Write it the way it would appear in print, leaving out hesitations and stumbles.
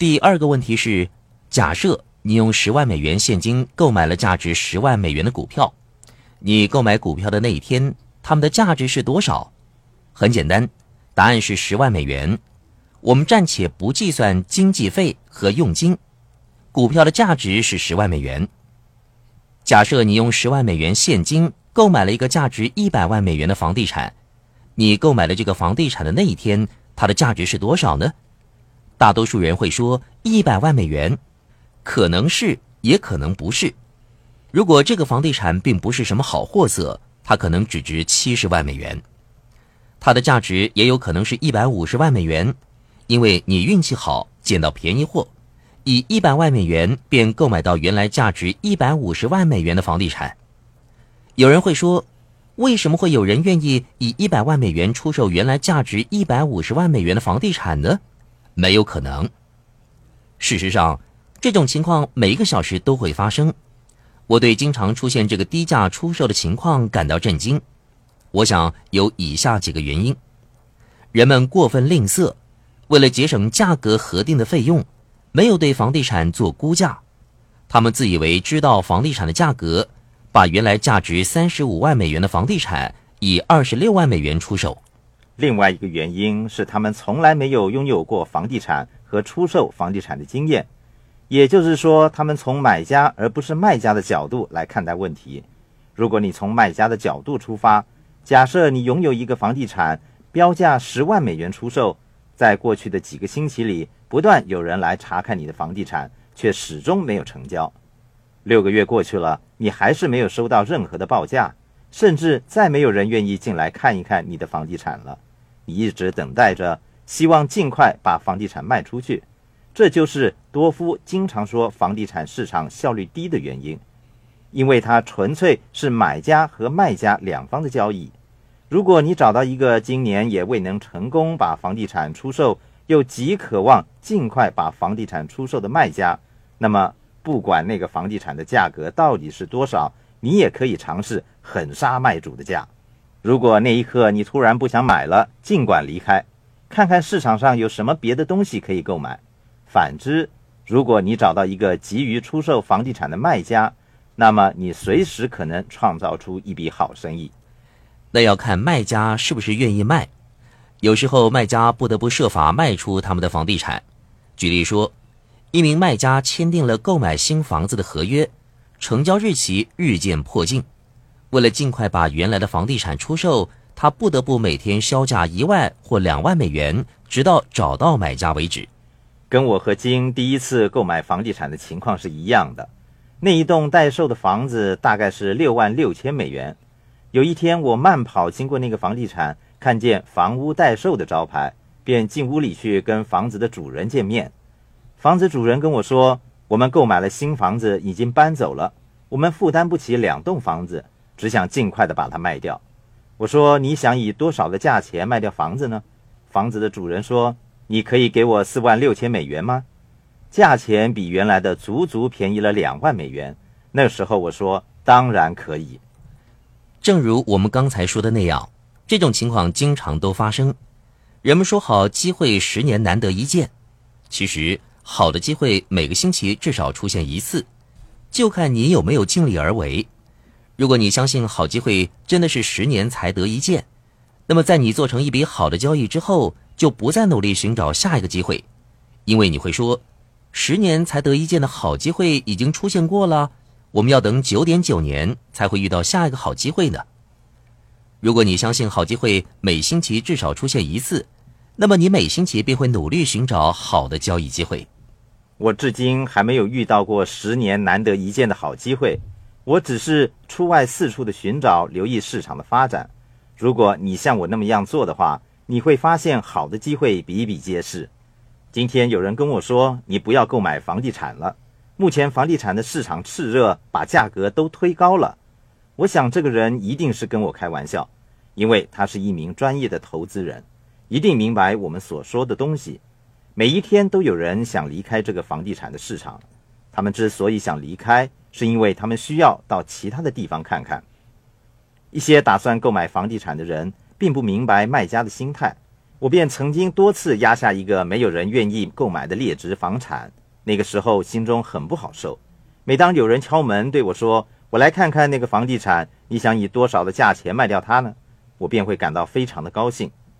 第二个问题是，假设你用10万美元现金购买了价值10万美元的股票，你购买股票的那一天，它们的价值是多少？很简单，答案是10万美元。我们暂且不计算经纪费和佣金，股票的价值是10万美元。假设你用10万美元现金购买了一个价值100万美元的房地产，你购买了这个房地产的那一天，它的价值是多少呢？大多数人会说100万美元，可能是，也可能不是。如果这个房地产并不是什么好货色，它可能只值70万美元。它的价值也有可能是150万美元，因为你运气好，捡到便宜货，以100万美元便购买到原来价值150万美元的房地产。有人会说，为什么会有人愿意以100万美元出售原来价值150万美元的房地产呢？没有可能。事实上，这种情况每个小时都会发生。我对经常出现这个低价出售的情况感到震惊。我想有以下几个原因：人们过分吝啬，为了节省价格核定的费用，没有对房地产做估价。他们自以为知道房地产的价格，把原来价值35万美元的房地产以26万美元出售。 另外一个原因是他们从来没有拥有过房地产和出售房地产的经验，也就是说，他们从买家而不是卖家的角度来看待问题。如果你从卖家的角度出发，假设你拥有一个房地产，标价10万美元出售，在过去的几个星期里，不断有人来查看你的房地产，却始终没有成交。6个月过去了，你还是没有收到任何的报价，甚至再没有人愿意进来看一看你的房地产了。你一直等待着，希望尽快把房地产卖出去。这就是多夫经常说房地产市场效率低的原因，因为它纯粹是买家和卖家两方的交易。如果你找到一个今年也未能成功把房地产出售，又极渴望尽快把房地产出售的卖家，那么不管那个房地产的价格到底是多少，你也可以尝试狠杀卖主的价。如果那一刻你突然不想买了，尽管离开，看看市场上有什么别的东西可以购买。反之，如果你找到一个急于出售房地产的卖家，那么你随时可能创造出一笔好生意。 那要看卖家是不是愿意卖。有时候卖家不得不设法卖出他们的房地产。举例说，一名卖家签订了购买新房子的合约，成交日期日渐迫近。为了尽快把原来的房地产出售，他不得不每天销价1万或2万美元，直到找到买家为止。 跟我和金第一次购买房地产的情况是一样的。那一栋待售的房子大概是6万6千美元。有一天我慢跑经过那个房地产，看见房屋待售的招牌，便进屋里去跟房子的主人见面。房子主人跟我说，我们购买了新房子，已经搬走了，我们负担不起2栋房子，只想尽快的把它卖掉。我说，你想以多少的价钱卖掉房子呢？房子的主人说，你可以给我4万6千美元吗？价钱比原来的足足便宜了2万美元。那时候我说，当然可以。 正如我们刚才说的那样，这种情况经常都发生。人们说好机会10年难得一见，其实好的机会每个星期至少出现1次，就看你有没有尽力而为。如果你相信好机会真的是10年才得一见，那么在你做成一笔好的交易之后，就不再努力寻找下一个机会，因为你会说，10年才得一见的好机会已经出现过了，我们要等9.9年才会遇到下一个好机会呢。如果你相信好机会每星期至少出现1次，那么你每星期便会努力寻找好的交易机会。 我至今还没有遇到过10年难得一见的好机会，我只是出外四处的寻找，留意市场的发展。如果你像我那么样做的话，你会发现好的机会比比皆是。今天有人跟我说，你不要购买房地产了，目前房地产的市场炽热，把价格都推高了。我想这个人一定是跟我开玩笑，因为他是一名专业的投资人，一定明白我们所说的东西。每一天都有人想离开这个房地产的市场，他们之所以想离开，是因为他们需要到其他的地方看看。一些打算购买房地产的人并不明白卖家的心态， 我便曾经多次压下一个没有人愿意购买的劣质房产，那个时候心中很不好受。每当有人敲门对我说，我来看看那个房地产，你想以多少的价钱卖掉它呢？我便会感到非常的高兴。